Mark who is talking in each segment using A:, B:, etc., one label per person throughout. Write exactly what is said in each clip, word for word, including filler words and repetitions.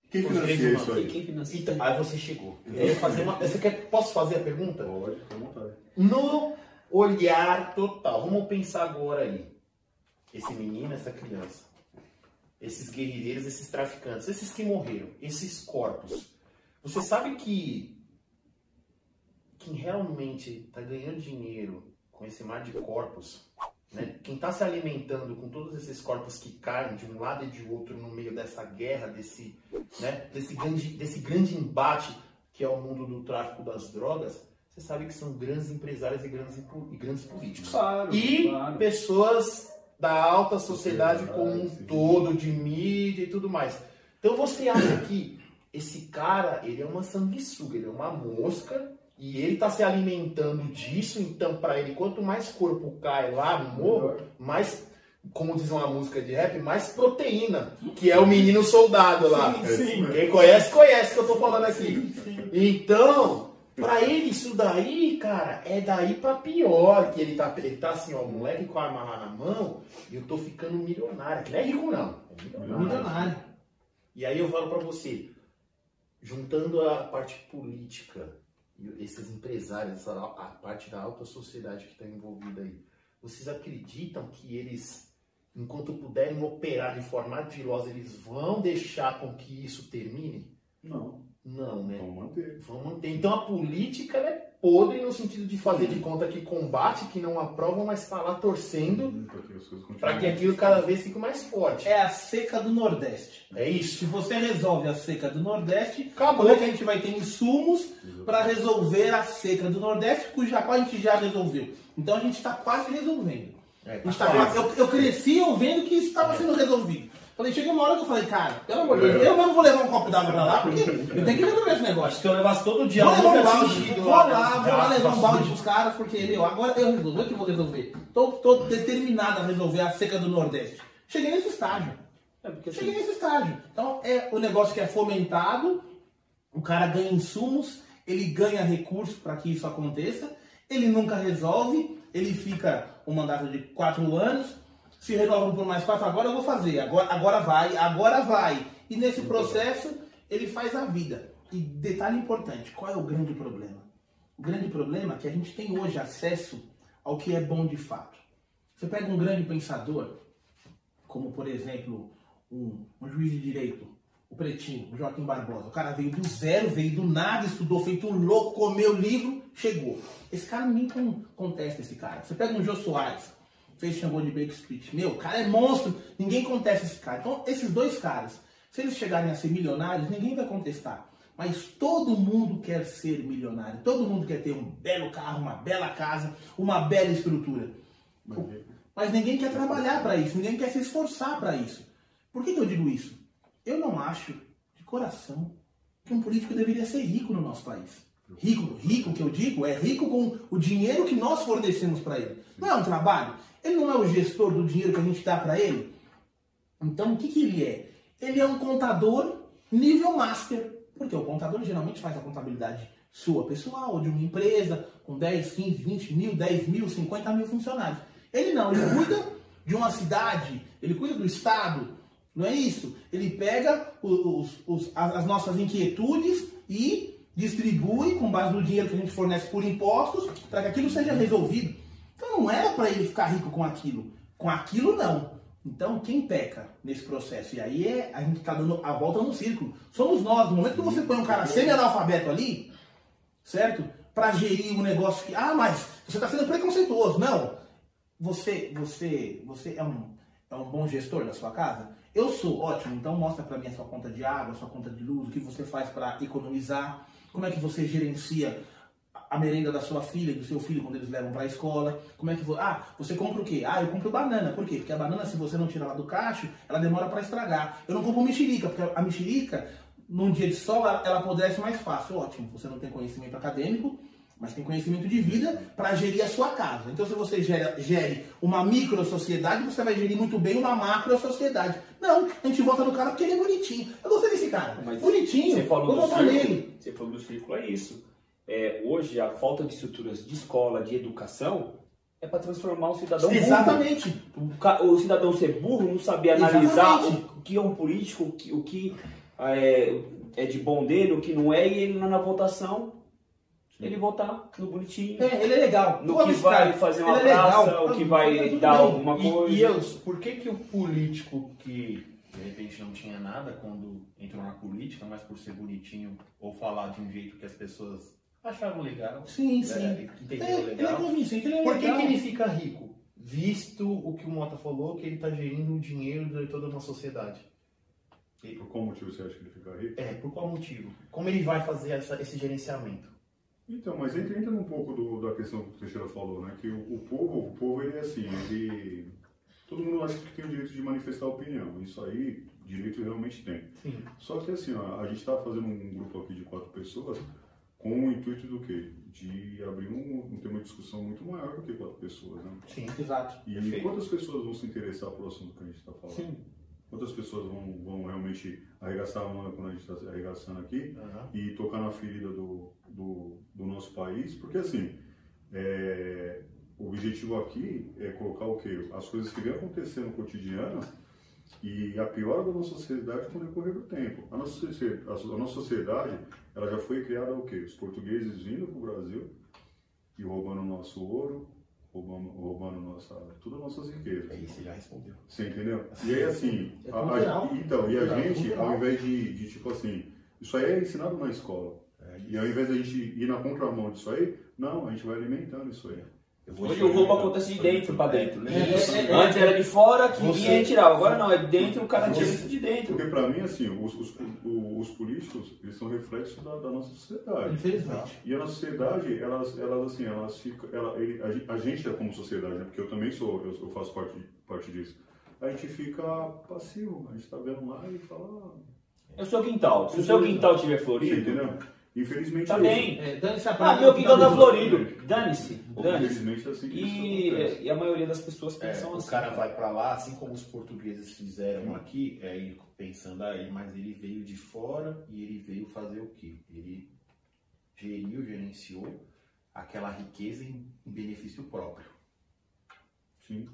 A: Quem financia isso aí?
B: Quem financia?
C: Então, aí você chegou. É fazer uma... Você quer... Posso fazer a pergunta?
A: Pode, fica à vontade.
C: No olhar total, vamos pensar agora aí. Esse menino, essa criança, esses guerrilheiros, esses traficantes, esses que morreram, esses corpos. Você sabe que quem realmente está ganhando dinheiro com esse mar de corpos, né? Quem está se alimentando com todos esses corpos que caem de um lado e de outro no meio dessa guerra, desse, né? desse, grande, desse grande embate que é o mundo do tráfico das drogas, você sabe que são grandes empresários e grandes, e grandes políticos.
B: Claro,
C: e
B: claro.
C: pessoas da alta sociedade como um
A: Sim.
C: todo, de mídia e tudo mais. Então você acha que esse cara, ele é uma sanguessuga, ele é uma mosca, e ele está se alimentando disso, então para ele, quanto mais corpo cai lá no morro, mais, como diz uma música de rap, mais proteína, que é o menino soldado lá.
A: Sim, sim.
C: Quem conhece, conhece o que eu tô falando aqui. Então, pra ele isso daí, cara, é daí pra pior, que ele tá, ele tá assim, ó, o moleque com a arma lá na mão, e eu tô ficando milionário. Que não é rico não, é milionário.
B: Milionário.
C: E aí eu falo pra você, juntando a parte política, e esses empresários, essa, a parte da alta sociedade que está envolvida aí, vocês acreditam que eles, enquanto puderem operar de forma ardilosa, eles vão deixar com que isso termine?
A: Não.
C: Não, né?
A: Vamos manter.
C: Vão manter. Então a política ela é podre no sentido de fazer de conta que combate, que não aprova, mas está lá torcendo
A: Para que as coisas
C: para que
A: continuem.
C: aquilo cada vez fique mais forte.
B: É a seca do Nordeste.
C: É isso.
B: Se você resolve a seca do Nordeste,
C: Acabou.
B: como é que a gente vai ter insumos para resolver a seca do Nordeste, cuja qual a gente já resolveu? Então a gente está quase resolvendo.
C: É,
B: A gente
C: tá
B: tá-
C: quase.
B: eu, eu cresci ouvindo que isso estava sendo resolvido. Falei, chega uma hora que eu falei, cara, pelo amor de Deus, eu mesmo vou levar um copo d'água pra lá, porque eu tenho que resolver esse negócio.
D: Acho que eu levasse todo dia.
B: Vou
D: eu
B: levar um
D: nunca
B: balde,
D: tinha ido
B: vou lá,
D: né?
B: vou lá
D: Já,
B: levar um
D: faço
B: balde
D: isso.
B: pros caras, porque eu, agora eu resolvo, eu que vou resolver. Tô, tô determinado a resolver a seca do Nordeste. Cheguei nesse estágio.
D: É porque
B: Cheguei
D: assim,
B: nesse estágio. Então é o negócio que é fomentado, o cara ganha insumos, ele ganha recursos para que isso aconteça, ele nunca resolve, ele fica um mandato de quatro anos, se renova por mais quatro, agora eu vou fazer, agora, agora vai, agora vai. E nesse processo ele faz a vida. E detalhe importante, qual é o grande problema? O grande problema é que a gente tem hoje acesso ao que é bom de fato. Você pega um grande pensador, como por exemplo um, um juiz de direito, o Pretinho, o Joaquim Barbosa. O cara veio do zero, veio do nada, estudou, feito um louco, comeu o livro, chegou. Esse cara, ninguém con- contesta esse cara. Você pega um Jô Soares, fez Xangô de Break Street. Meu, o cara é monstro, ninguém contesta esse cara. Então, esses dois caras, se eles chegarem a ser milionários, ninguém vai contestar. Mas todo mundo quer ser milionário. Todo mundo quer ter um belo carro, uma bela casa, uma bela estrutura. Mas ninguém quer trabalhar para isso, ninguém quer se esforçar para isso. Por que, que eu digo isso? Eu não acho, de coração, que um político deveria ser rico no nosso país. Rico, rico que eu digo, é rico com o dinheiro que nós fornecemos para ele. Não é um trabalho? Ele não é o gestor do dinheiro que a gente dá para ele? Então, o que, que ele é? Ele é um contador nível master. Porque o contador geralmente faz a contabilidade sua, pessoal, ou de uma empresa com dez, quinze, vinte mil, dez mil, cinquenta mil funcionários. Ele não, ele cuida de uma cidade, ele cuida do estado. Não é isso? Ele pega os, os, as nossas inquietudes e distribui com base no dinheiro que a gente fornece por impostos para que aquilo seja resolvido. Então não era para ele ficar rico com aquilo. Com aquilo não. Então quem peca nesse processo? E aí é, a gente está dando a volta no círculo. Somos nós. No momento que você põe um cara semi-analfabeto ali, certo? Para gerir um negócio que... Ah, mas você está sendo preconceituoso. Não. Você, você, você é um, é um bom gestor da sua casa? Eu sou, ótimo, então mostra para mim a sua conta de água, a sua conta de luz, o que você faz para economizar, como é que você gerencia a merenda da sua filha e do seu filho quando eles levam para a escola, como é que você... Ah, você compra o quê? Ah, eu compro banana, por quê? Porque a banana, se você não tirar ela do cacho, ela demora para estragar. Eu não compro mexerica, porque a mexerica, num dia de sol, ela, ela apodrece mais fácil. Ótimo, você não tem conhecimento acadêmico, mas tem conhecimento de vida para gerir a sua casa. Então, se você gere, gere uma micro-sociedade, você vai gerir muito bem uma macro-sociedade. Não, a gente vota no cara porque ele é bonitinho. Eu gostei desse cara.
D: Mas
B: bonitinho,
D: você falou
B: vou
D: do
B: votar
D: círculo,
B: nele.
D: Você falou do círculo, é isso. É, hoje, a falta de estruturas de escola, de educação, é para transformar o cidadão burro.
B: Exatamente.
D: O, ca- o cidadão ser burro, não saber analisar
B: Exatamente.
D: o, o que é um político, o que, o que é, é de bom dele, o que não é, e ele na votação, ele votar no bonitinho.
B: É, ele é legal.
D: No
B: Todo
D: que
B: esse
D: vai
B: cara,
D: fazer uma
B: ele é
D: praça,
B: legal.
D: o que
B: Tudo
D: vai
B: bem.
D: dar alguma
C: E,
D: coisa.
C: e eu, por que que o político que de repente não tinha nada quando entrou na política, mas por ser bonitinho ou falar de um jeito que as pessoas achavam legal,
B: Sim,
C: né,
B: sim.
C: entenderam
B: É, ele é
C: legal?
B: convincente, ele é
C: Por que,
B: legal.
C: que ele fica rico? Visto o que o Mota falou, que ele está gerindo o dinheiro de toda uma sociedade.
A: Por qual motivo você acha que ele fica rico?
C: É, por qual motivo? Como ele vai fazer essa, esse gerenciamento?
A: Então, mas entra, entra um pouco do, da questão que o Teixeira falou, né? Que o, o povo, o povo, ele é assim, ele... Todo mundo acha que tem o direito de manifestar opinião. Isso aí, direito realmente tem.
C: Sim.
A: Só que assim, ó, a gente está fazendo um grupo aqui de quatro pessoas com o intuito do quê? De abrir um, um ter uma discussão muito maior do que quatro pessoas, né?
C: Sim.
B: Exato.
A: E
C: Perfeito.
A: quantas pessoas vão se interessar pelo assunto que a gente está falando?
B: Sim.
A: Quantas pessoas vão, vão realmente arregaçar a mão quando a gente está arregaçando aqui
C: Uhum.
A: e tocar na ferida do, do, do nosso país? Porque assim, é, o objetivo aqui é colocar o quê? As coisas que vêm acontecendo cotidianas e a piora da nossa sociedade com o decorrer do tempo. A nossa, sociedade- a nossa sociedade, ela já foi criada o quê? Os portugueses vindo para o Brasil e roubando o nosso ouro, roubando, roubando nossa, todas as nossas riquezas.
C: É isso, já respondeu.
A: Você entendeu? E aí assim,
B: É
A: a- a-
B: cultural.
A: então, e a
B: Cultural,
A: gente,
B: cultural.
A: ao invés de, de tipo assim, isso aí é ensinado na escola.
C: É
A: E ao invés de a gente ir na contramão disso aí, não, a gente vai alimentando isso aí.
C: Eu vou
D: Hoje
C: te
D: o roubo
C: perguntar.
D: acontece de dentro pra dentro, né?
B: É, é, é.
D: Antes era de fora que
C: Você-
D: vinha e tirava. Agora não, é de dentro, o cara tira
A: Você-
D: isso de dentro.
A: Porque pra mim, assim, os, os, o- os políticos, eles são reflexos da, da nossa sociedade.
B: Infelizmente.
A: E a nossa sociedade, elas, elas assim, elas ficam, ela, ele, a, gen- a gente é como sociedade, né? Porque eu também sou, eu, eu faço parte, parte disso. A gente fica passivo, a gente tá vendo lá e fala,
D: É o seu quintal. Se o seu quintal estiver
A: você
D: florido,
A: entendeu? Infelizmente
D: tá
A: é
D: bem.
B: É, dane-se a
D: Ah,
B: praia.
D: meu quintal tá florido. Dane-se,
A: isso.
D: dane-se.
A: Infelizmente é assim que isso
D: E,
A: acontece.
D: e a maioria das pessoas
C: É,
D: pensam
C: o
D: assim.
C: cara vai pra lá, assim como os portugueses fizeram aqui, é, ele pensando aí, mas ele veio de fora e ele veio fazer o quê? Ele geriu, gerenciou aquela riqueza em, em benefício próprio.
A: Sim.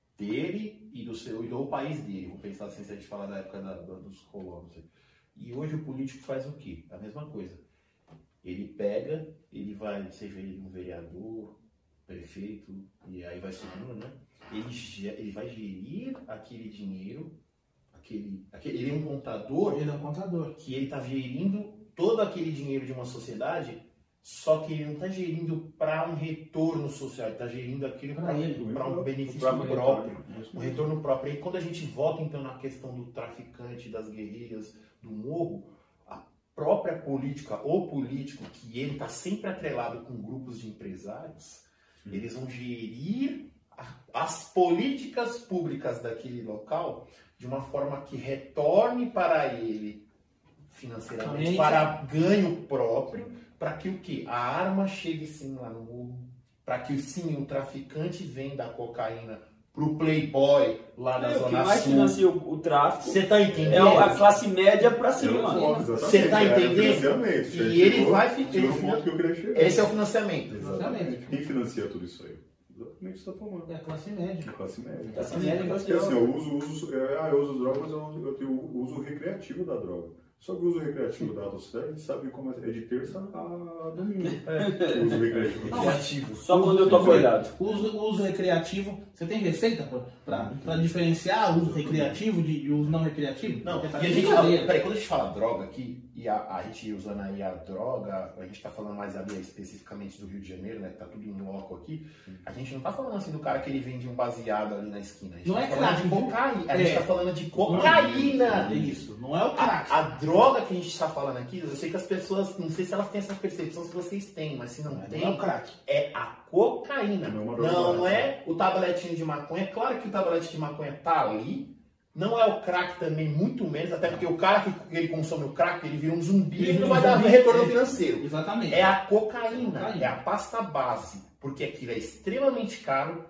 C: Dele e do seu e do país dele. Vou pensar assim, se a gente falar da época da- da- dos colonos. E hoje o político faz o quê? A mesma coisa. Ele pega, ele vai, seja ele um vereador, prefeito, e aí vai subindo, né? Ele, ge- ele vai gerir aquele dinheiro, aquele, aquele, ele é um contador
B: Ele é um contador.
C: que ele está gerindo todo aquele dinheiro de uma sociedade, só que ele não está gerindo para um retorno social, ele está gerindo aquilo
B: Pra
C: para
B: ele,
C: um benefício
D: próprio
C: próprio,
A: Isso
C: um
A: mesmo.
C: retorno próprio. E quando a gente volta então na questão do traficante, das guerrilhas, do morro, a própria política, o político, que ele está sempre atrelado com grupos de empresários,
A: Sim.
C: eles vão gerir a- as políticas públicas daquele local de uma forma que retorne para ele financeiramente,
B: Também.
C: para ganho próprio, para que o quê? A arma chegue sim lá no morro, para que sim o traficante venda a cocaína pro playboy lá da
D: É, o que
C: Zona
D: mais
C: Sul.
D: financia o, o tráfico
C: Você tá
D: é
C: entendendo?
D: a classe média pra
A: É
D: cima.
A: o foco, exatamente.
C: Você tá
A: É o
C: entendendo?
A: financiamento. Você
C: E ele
A: chegou-
C: vai fi-
A: chegou no
C: ele-
A: ponto que eu queria chegar.
C: Esse é o financiamento.
B: Exatamente.
A: Quem financia tudo isso aí? Exatamente o que você está falando.
B: É a classe média.
A: A classe média.
D: Classe média
A: Porque
D: industrial.
A: assim, eu uso, uso, é, ah, eu uso drogas, mas eu, eu tenho o uso recreativo da droga. Só que o uso recreativo da autocidade, a gente sabe como é, é de terça a domingo. É. O uso recreativo da
C: Criativo.
D: Só quando eu tô acordado.
B: O uso, o uso recreativo, você tem receita para diferenciar o uso recreativo de, de uso não recreativo?
C: Não,
B: Porque tá
C: e a gente fala,
B: brincadeira.
C: peraí, quando a gente fala droga aqui, e a, a gente usando aí a droga, a gente tá falando mais ali especificamente do Rio de Janeiro, né, que tá tudo em loco aqui, a gente não tá falando assim do cara que ele vende um baseado ali na esquina, a gente
B: Não
C: tá
B: é
C: falando
B: crack,
C: de cocaína, a gente
B: é.
C: tá falando de cocaína.
B: É isso, não é o crack.
C: A, a droga que a gente está falando aqui, eu sei que as pessoas, não sei se elas têm essa percepção, se vocês têm, mas se não
B: Não é o
C: tem,
B: crack.
C: é a cocaína.
A: Não é uma
C: Não,
A: droga,
C: não é o tabletinho de maconha. É claro que o tablete de maconha tá ali. Não é o crack também, muito menos, até porque o cara que ele consome o crack, ele vira um zumbi
B: Ele
C: e
B: vira
C: não vai
B: um
C: dar
B: zumbi,
C: retorno
B: é.
C: financeiro.
B: Exatamente.
C: É a cocaína,
B: Cocaína.
C: é a pasta base, porque aquilo é extremamente caro,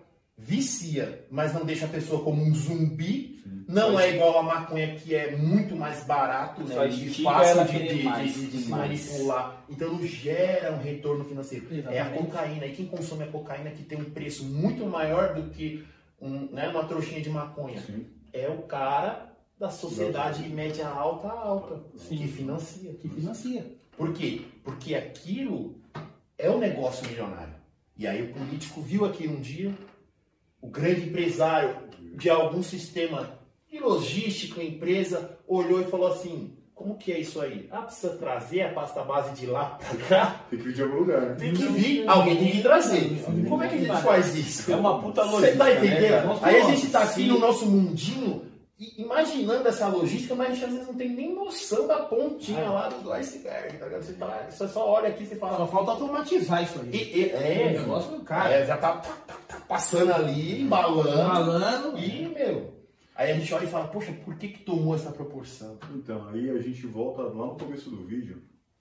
C: vicia, mas não deixa a pessoa como um zumbi. Não é igual a maconha, que é muito mais barato,
D: Só
C: né?
D: estica
C: E fácil
D: ela
C: de,
D: querer
C: de,
D: mais,
C: de, de se
D: demais.
C: manipular. Então não gera um retorno financeiro. É a
B: Exatamente.
C: cocaína. E quem consome a cocaína que tem um preço muito maior do que um, né, uma trouxinha de maconha.
A: Sim.
C: É o cara da sociedade média alta a alta,
B: Sim.
C: que financia.
B: Que financia.
C: Por quê? Porque aquilo é um negócio milionário. E aí o político viu aquilo um dia, o grande empresário de algum sistema de logística, empresa, olhou e falou assim, como que é isso aí? Ah, precisa trazer a pasta base de lá pra cá?
A: Tem que vir de algum lugar.
C: Tem que vir, alguém tem que trazer. Como é que a gente faz isso?
D: É uma puta logística.
C: Você tá entendendo?
D: Né,
C: Aí a gente tá aqui
D: Sim.
C: no nosso mundinho e imaginando essa logística, mas a gente às vezes não tem nem noção da pontinha lá do iceberg, tá ligado? Você, tá, você só olha aqui e você fala.
B: Só falta automatizar isso aí.
C: E, e, é,
B: O negócio do cara.
C: é, já tá, tá, tá, tá passando ali, embalando.
B: Falando.
C: E, meu. Aí a gente olha e fala, poxa, por que que tomou essa proporção?
A: Então, aí a gente volta lá no começo do vídeo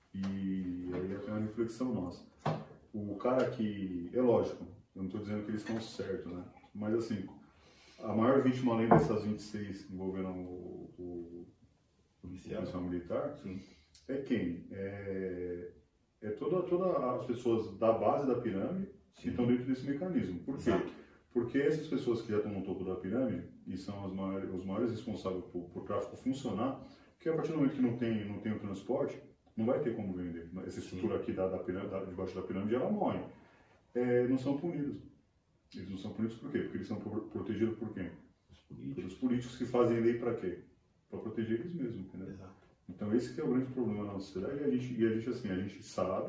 A: e aí tem uma reflexão nossa. O cara que, é lógico, eu não estou dizendo que eles estão certos, né? Mas assim, a maior vítima além dessas vinte e seis envolvendo o, o policial, policial militar, sim, é quem? É, é toda, toda as pessoas da base da pirâmide que estão dentro desse mecanismo. Por quê?
C: Exato.
A: Porque essas pessoas que já estão no topo da pirâmide e são as maiores, os maiores responsáveis por, por o tráfico funcionar, porque a partir do momento que não tem, não tem o transporte, não vai ter como vender. Essa estrutura aqui da, da pirâmide, da, debaixo da pirâmide, ela morre. É, não são punidos. Eles não são punidos por quê? Porque eles são pro, protegidos por quem? Os políticos. Pelos políticos que fazem lei para quê? Para proteger eles mesmos, entendeu?
C: Exato.
A: Então esse que é o grande problema na nossa sociedade. E a gente, e a gente assim, a gente sabe,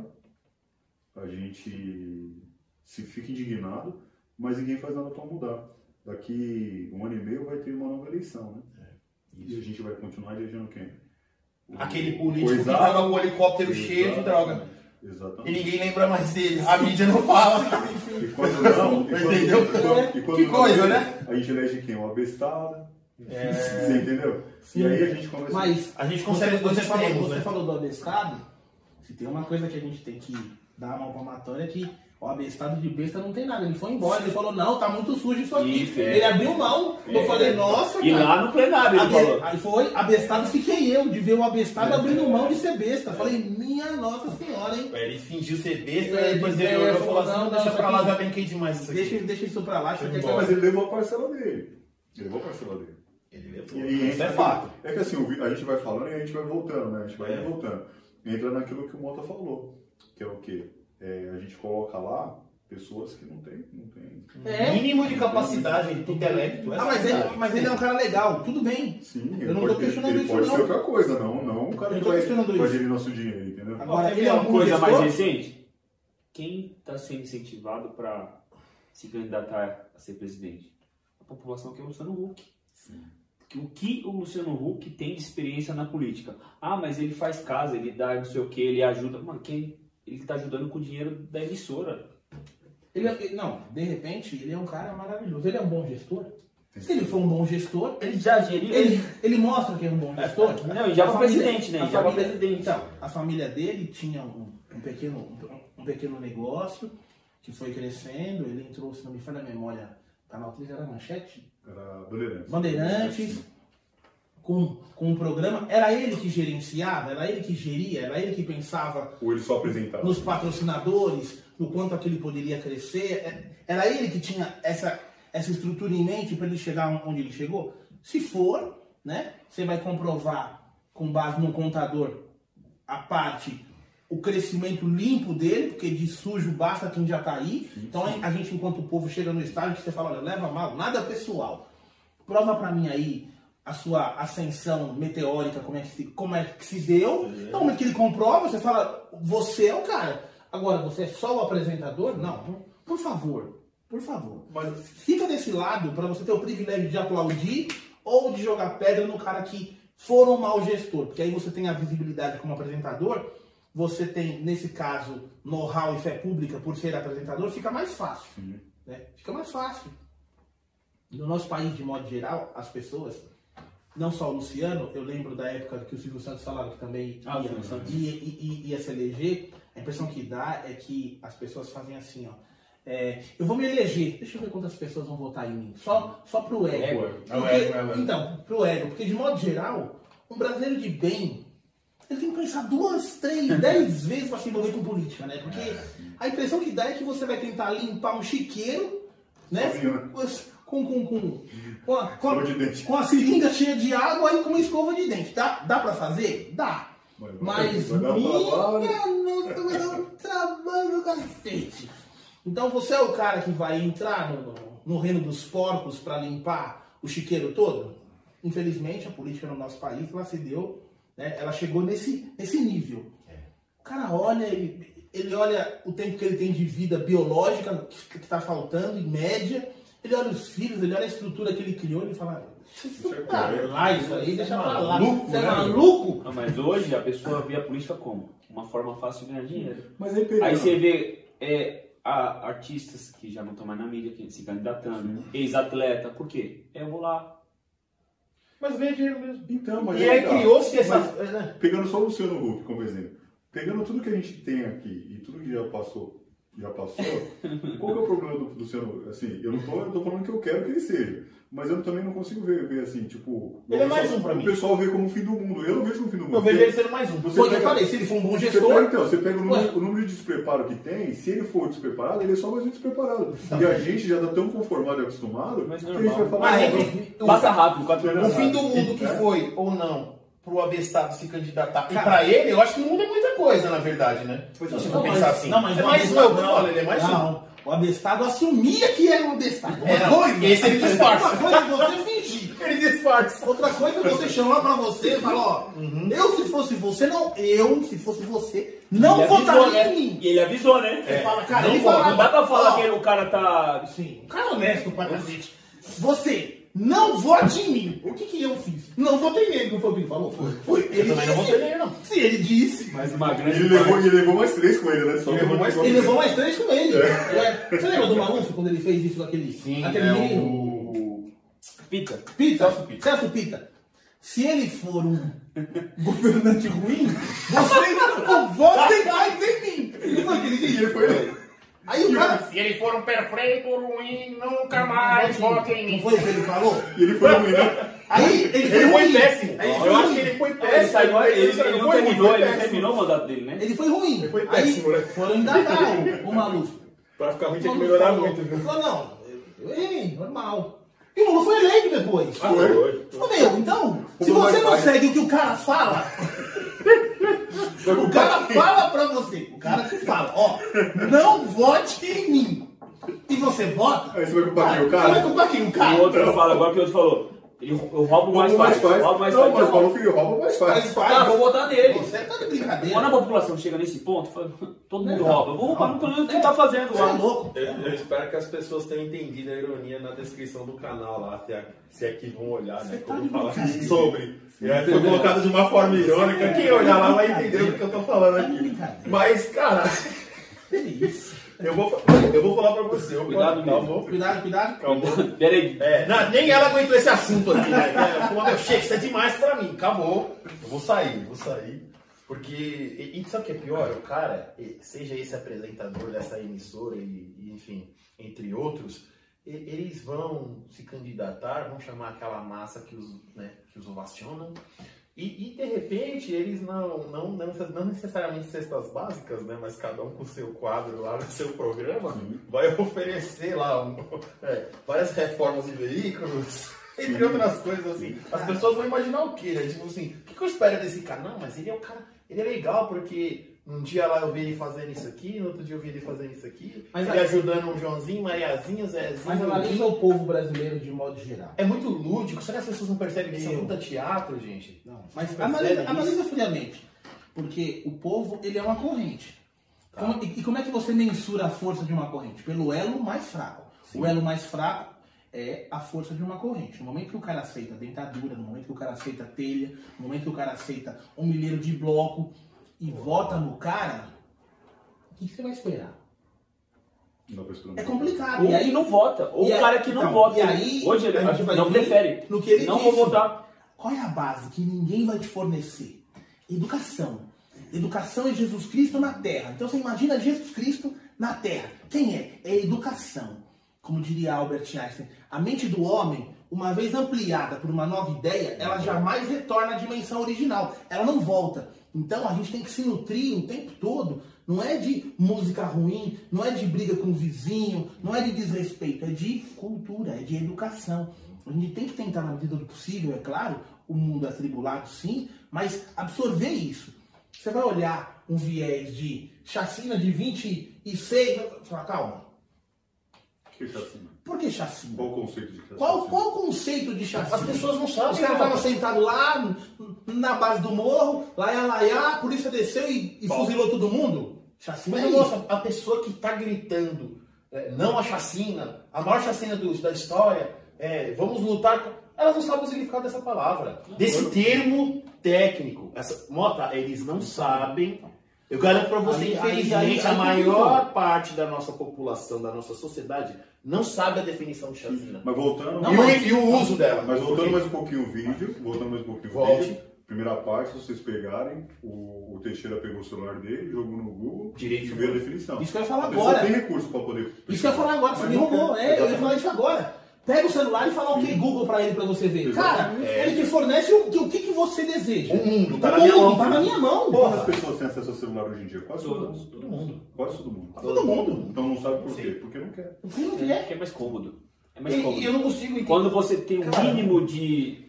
A: a gente se fica indignado, mas ninguém faz nada para mudar. Daqui um ano e meio vai ter uma nova eleição, né?
C: É,
A: e a gente vai continuar elegendo quem? O
C: aquele político que
A: coisado.
C: tava com o helicóptero cheio de droga.
A: Exatamente.
C: E ninguém lembra mais dele. A mídia não fala.
A: E quando não, e quando,
C: Entendeu?
A: e quando, e quando
C: Que
A: não,
C: coisa, né?
A: A gente elege quem? O abestado.
C: É.
A: Você entendeu?
B: Sim.
A: E aí a gente começa...
B: Mas
C: A gente consegue
B: você,
C: dois
B: você, falou,
C: extremos,
B: você
C: né?
B: falou do abestado, se tem uma coisa que a gente tem que dar a mão palmatória é que o abestado de besta não tem nada. Ele foi embora, ele falou, não, tá muito sujo isso aqui.
D: Isso, é.
B: Ele abriu mão, eu
D: É.
B: falei, nossa,
D: E
B: cara.
D: lá no plenário ele
B: Abe-
D: falou.
B: Aí foi, abestado fiquei eu, de ver o abestado abrindo mão de ser besta. Falei, minha nossa senhora, hein?
C: Ele fingiu ser besta,
B: É,
C: depois
B: é,
C: ele olhou e falou
B: falou,
C: assim,
B: não,
C: não,
B: não,
C: deixa
B: isso
C: pra lá,
B: aqui-
C: já brinquei demais isso aqui.
B: Deixa, deixa isso pra lá, isso aqui é
A: Mas ele levou a parcela dele. Ele levou a parcela dele.
C: Ele
A: E
C: levou.
A: aí,
C: Isso é fato.
A: É que assim, o vi- a gente vai falando e a gente vai voltando, né? A gente vai
C: É.
A: voltando. Entra naquilo que o Mota falou, que é o quê? É, a gente coloca lá pessoas que não tem, não tem.
B: É.
C: Mínimo de capacidade, de intelecto.
B: Ah, mas ele, mas ele é um cara legal, tudo bem.
A: Sim,
B: Eu
A: ele
B: não tô
A: pode,
B: questionando
A: ele
B: isso,
A: pode
B: não.
A: ser outra coisa, não, não o cara
B: Eu
A: que
B: tô
A: vai,
B: questionando
A: vai
B: isso.
A: gerir nosso dinheiro, entendeu?
B: Agora,
D: Quer
B: ele é
D: uma
B: um
D: coisa
B: gestor?
D: mais recente? Quem está sendo incentivado para se candidatar a ser presidente? A população que é o Luciano Huck. O que o Luciano Huck tem de experiência na política? Ah, mas ele faz casa, ele dá não sei o que, ele ajuda. Mano, quem? Ele está ajudando com o dinheiro da emissora.
B: Ele, é- não, de repente, ele é um cara maravilhoso. Ele é um bom gestor. Se ele for um bom gestor,
D: Ele já geriu.
B: ele, ele mostra que é um bom gestor.
D: Não, ele já
B: A
D: foi
B: família-
D: presidente, né?
B: a
D: Ele já foi
B: família-
D: presidente.
B: Então, a família dele tinha um, um pequeno, um, um pequeno negócio que foi crescendo. Ele entrou, se não me falha a memória, canal três era Manchete?
A: Era Bandeirantes.
B: Bandeirantes, com, com um programa. Era ele que gerenciava, era ele que geria, era ele que pensava
A: Ou ele só apresentava.
B: nos patrocinadores, no quanto aquilo poderia crescer. É- Era ele que tinha essa, essa estrutura em mente para ele chegar onde ele chegou? Se for, né, você vai comprovar com base no contador a parte, o crescimento limpo dele, porque de sujo basta quem já está aí. Então a gente, enquanto povo, chega no estágio que você fala, olha, leva mal, nada pessoal. Prova para mim aí a sua ascensão meteórica, como é que se, como é que se deu. No momento que ele comprova, você fala, você é o cara. Agora, você é só o apresentador? Não, por favor, por favor.
A: Mas
B: Fica desse lado para você ter o privilégio de aplaudir ou de jogar pedra no cara que for um mau gestor. Porque aí você tem a visibilidade como apresentador, você tem, nesse caso, know-how e fé pública por ser apresentador, fica mais fácil.
A: Sim.
B: Né? Fica mais fácil. No nosso país, de modo geral, as pessoas, não só o Luciano, eu lembro da época que o Silvio Santos falava que também
D: Ah, o
B: ia,
D: Silvio Santos.
B: ia, ia, ia se eleger, a impressão que dá é que as pessoas fazem assim, ó. É, eu vou me eleger, deixa eu ver quantas pessoas vão votar em mim. Só, só pro ego.
D: Ego.
B: Porque-
C: É o ego, é o ego.
B: Então, pro ego. Porque, de modo geral, um brasileiro de bem, ele tem que pensar duas, três, dez vezes para se envolver com política, né? Porque a impressão que dá é que você vai tentar limpar um chiqueiro, né?
A: Sozinho, né?
B: Os- com, com, com, com, a, com, a,
A: Escova de dente.
B: com a seringa cheia de água e com uma escova de dente. Dá, dá pra fazer? Dá.
A: Mas,
B: Mas,
A: vai dar um
B: minha
A: trabalho.
B: nossa, vai dar um trabalho do cacete. Então você é o cara que vai entrar no, no reino dos porcos para limpar o chiqueiro todo? Infelizmente, a política no nosso país, ela se deu, né, ela chegou nesse, nesse nível. O cara olha, ele, ele olha o tempo que ele tem de vida biológica, que está faltando, em média, ele olha os filhos, ele olha a estrutura que ele criou, ele fala, deixa pra lá isso aí, deixa pra lá. Você é maluco?
D: Não, mas hoje a pessoa vê a política como? Uma forma fácil de ganhar dinheiro.
A: Mas aí, pegando-
D: Aí você vê é, a- artistas que já não estão mais na mídia, que se candidatando, ex-atleta, por quê? É, eu vou lá.
C: Mas ganha dinheiro mesmo.
A: Então, mas
C: E aí
A: tá.
C: criou-se essa...
A: Mas, pegando só o Luciano Huck como exemplo, pegando tudo que a gente tem aqui e tudo que já passou, já passou, qual que é o problema do Luciano Huck? Assim, eu não tô, eu tô falando que eu quero que ele seja, mas eu também não consigo ver, ver assim, tipo...
C: Ele é
A: o
C: mais
A: pessoal-
C: um pra mim.
A: O pessoal vê como o fim do mundo, eu não vejo como o fim do mundo.
C: Eu vejo
A: Porque
C: ele sendo mais um.
A: você
B: Foi o que eu
A: pega-
B: falei, se ele for um bom
A: Você
B: gestor...
A: pega, então, você pega o
B: Ué.
A: número, o número de despreparo que tem, se ele for despreparado, ele é só mais um despreparado. E a gente já tá tão conformado e acostumado
D: Mas
A: que a
D: normal.
A: gente vai falar...
B: Mas,
A: "Ah,
B: é, o-
D: Passa rápido, quatro
C: O
D: anos.
C: fim do mundo que foi, ou não, pro abestado se candidatar. E
B: Cara,
C: pra ele, eu acho que não muda muita coisa, na verdade, né? Se você for
B: Não,
C: pensar
B: mas-
C: assim.
B: não, mas
C: é
B: o
C: mais um,
B: abestado-
C: eu vou
B: não,
C: falar, ele é mais um.
B: não. O abestado assumia que era um abestado. Uma
C: É, não,
B: coisa,
C: esse ele disfarça.
B: Uma coisa é você fingir.
C: Ele disfarça.
B: Outra coisa é você chamar pra você e falar, ó, eu se fosse você, não, eu se fosse você, não
D: Ele avisou,
B: votaria
D: né?
B: em mim.
D: E ele avisou, né?
B: Você fala, cara,
D: não,
B: ele
D: pode,
B: fala,
D: não dá pra falar
B: ó,
D: que o cara tá...
B: Sim, um cara honesto pra cacete. Você não vote em mim. O que que eu fiz? Não votei nele, não foi o que ele falou? Foi. Foi. Ele
C: Eu também não
B: disse.
C: votei nele, não.
B: Sim, ele disse.
D: Mas uma grande...
A: Ele levou, ele levou mais três com ele, né? Só
C: Ele levou mais
B: Ele levou mais três com ele. É. Você lembra do Maluf quando ele fez isso com aquele,
C: Sim,
B: aquele
C: é
B: menino?
C: o...
D: Pita.
B: Pita,
C: Celso Pita.
B: Celso Pita. Se ele for um governante ruim, vocês não votem mais em mim. Não foi o que ele disse?
A: ele foi...
B: Aí o cara...
C: Se ele for um perfeito ruim, nunca
B: Não
C: mais
B: foi
C: vote em mim.
B: o que ele falou?
A: E ele foi ruim, né?
B: Aí ele
C: Ele
B: foi
C: foi
B: ruim.
C: péssimo.
B: Aí ele
C: Eu
B: foi
C: acho
B: ruim.
C: que ele foi
D: Ele,
C: péssimo.
D: saiu, ele, ele, ele não
C: foi ruim,
D: terminou,
C: foi
D: ele não
C: péssimo.
D: terminou o mandato dele, né?
B: Ele foi ruim.
C: Ele foi
B: Aí
C: péssimo, né?
B: foram indagar o, o Maluf.
C: Pra ficar ruim
B: O
C: tinha que
B: Maluf
C: melhorar
B: falou-
C: muito, viu?
B: Falou, não, eu errei, normal. E o Maluf foi eleito depois.
C: Ah, foi.
B: Falei, meu, então,
A: O
B: se
A: Maluf
B: você não
A: faz.
B: segue o que o cara fala, o cara fala pra você, o cara te fala, ó, não vote em mim. E você vota,
A: Aí você vai culpar quem? O
B: você vai
A: cara?
B: culpar quem? O
D: E o
B: cara.
D: outro fala, agora que o outro falou, ele, eu roubo mais fácil, eu roubo mais
A: Não,
D: fácil.
A: mas
D: eu
A: falou
D: roubo.
A: que rouba mais fácil.
B: Mas faz.
D: Ah, vou votar nele.
B: Você tá de
D: Quando a
B: brincadeira.
D: população chega nesse ponto, fala, todo mundo
B: Não.
D: rouba. Eu vou roubar no caminho que tá fazendo
B: Você é
D: lá.
B: louco.
E: Eu, eu espero que as pessoas tenham entendido a ironia na descrição do canal lá, se, é, se é que vão olhar, né?
B: tá
E: Quando
B: de
E: falar
B: brincadeira.
E: sobre. É, foi colocado de uma forma irônica. Quem olhar lá vai entender o que eu tô falando
B: Tá de
E: aqui.
B: brincadeira.
E: Mas, cara,
B: Que isso?
E: eu vou, eu vou falar pra você. Eu
D: Cuidado,
E: calma,
B: Cuidado, cuidado.
E: calma.
D: Pera aí.
C: É, não, nem ela aguentou esse assunto aqui, né? Ela falou, meu, chega, isso é demais pra mim, acabou. Eu vou sair, eu vou sair. Porque, e, e sabe o que é pior? O cara, e- seja esse apresentador dessa emissora, e, e, enfim, entre outros, e- eles vão se candidatar, vão chamar aquela massa que os, né, que os ovacionam, e, e de repente eles não, não, não, não necessariamente cestas básicas, né, mas cada um com o seu quadro lá no seu programa, vai oferecer lá um- é, várias reformas de veículos, entre outras coisas assim. As pessoas vão imaginar o quê, né? Tipo assim, o que, que eu espero desse cara? Não, mas ele é o cara, ele é legal porque um dia lá eu vi ele fazendo isso aqui, no outro dia eu vi ele fazendo isso aqui,
B: Mas
C: ele
B: a-
C: ajudando um Joãozinho, Mariazinho, Zezinho.
B: Mas analisa o povo brasileiro de modo geral.
C: É muito lúdico, será que as pessoas não percebem que isso é
B: Meu.
C: puta teatro, gente?
B: Não, mas
C: Você
B: analisa,
C: percebe isso?
B: analisa friamente. Porque o povo, ele é uma corrente.
C: Tá.
B: Como- e, e como é que você mensura a força de uma corrente? Pelo elo mais fraco. O elo mais fraco é a força de uma corrente. No momento que o cara aceita dentadura, no momento que o cara aceita telha, no momento que o cara aceita um milheiro de bloco e vota no cara, o que, que você vai esperar?
A: Não dá pra esperar.
B: É complicado.
D: Ou
B: E aí,
D: que não vota. Ou
B: e
D: o
B: aí-
D: cara que não
B: então,
D: vota.
B: e aí,
D: Hoje ele
B: a gente vai
D: não
B: ver
D: prefere.
B: no que ele
D: não
B: disse.
D: vou votar.
B: Qual é a base que ninguém vai te fornecer? Educação. Educação é Jesus Cristo na Terra. Então você imagina Jesus Cristo na Terra. Quem é? É educação. Como diria Albert Einstein, a mente do homem uma vez ampliada por uma nova ideia, ela jamais retorna à dimensão original. Ela não volta. Então a gente tem que se nutrir o tempo todo. Não é de música ruim, não é de briga com o vizinho, não é de desrespeito, é de cultura, é de educação. A gente tem que tentar, na medida do possível, é claro, o mundo atribulado sim, mas absorver isso. Você vai olhar um viés de chacina de vinte e seis, vai falar, calma.
A: Que chacina?
B: Por que chacina?
A: Qual o conceito de chacina?
B: Qual, qual o conceito de chacina?
C: As pessoas não sabem.
B: Os caras estavam sentados lá, na base do morro, laiá, laiá, a polícia desceu e, e fuzilou todo mundo? Chacina
C: Mas,
B: é
C: moça,
B: isso.
C: a pessoa que está gritando, é, não a chacina, a maior chacina do, da história, é, vamos lutar... com- Elas não sabem o significado dessa palavra, desse termo técnico. Essa, Mota, eles não sabem. Eu garanto para você,
B: Aí-
C: infelizmente,
B: aí- aí-
C: a
B: aí
C: maior parte da nossa população, da nossa sociedade, não sabe a definição de chacina.
A: Mas voltando...
C: e, o, e o uso dela.
A: Mas voltando mais um pouquinho o vídeo, voltando mais um pouquinho o
C: Volte.
A: vídeo, primeira parte, se vocês pegarem, o, o Teixeira pegou o celular dele, jogou no Google
C: Direito
A: e
C: de
A: viu a
C: voto.
A: definição.
B: Isso que eu ia falar
A: A pessoa
B: agora.
A: tem recurso para poder...
B: Isso que eu ia falar agora, você
A: Mas
B: me
A: não
B: roubou.
A: quer.
B: É, eu ia falar isso agora. Pega o celular e fala o que Google pra ele, pra você ver.
A: Exatamente.
B: Cara,
C: É.
B: ele te fornece o, que- o que, que você deseja.
C: O mundo tá
B: O
C: na minha
B: mundo
C: mão.
B: tá na minha mão.
A: Quantas pessoas têm acesso ao celular hoje em dia? Quase todo mundo.
C: Todo mundo.
A: Quase todo mundo.
B: Todo mundo.
A: Então não sabe por
C: Sim.
A: quê? Porque não quer.
B: O que não
D: É,
B: quer.
D: que é mais cômodo. É mais
B: E,
D: cômodo.
B: e eu não consigo entender.
D: Quando você tem um
B: Cara.
D: mínimo de,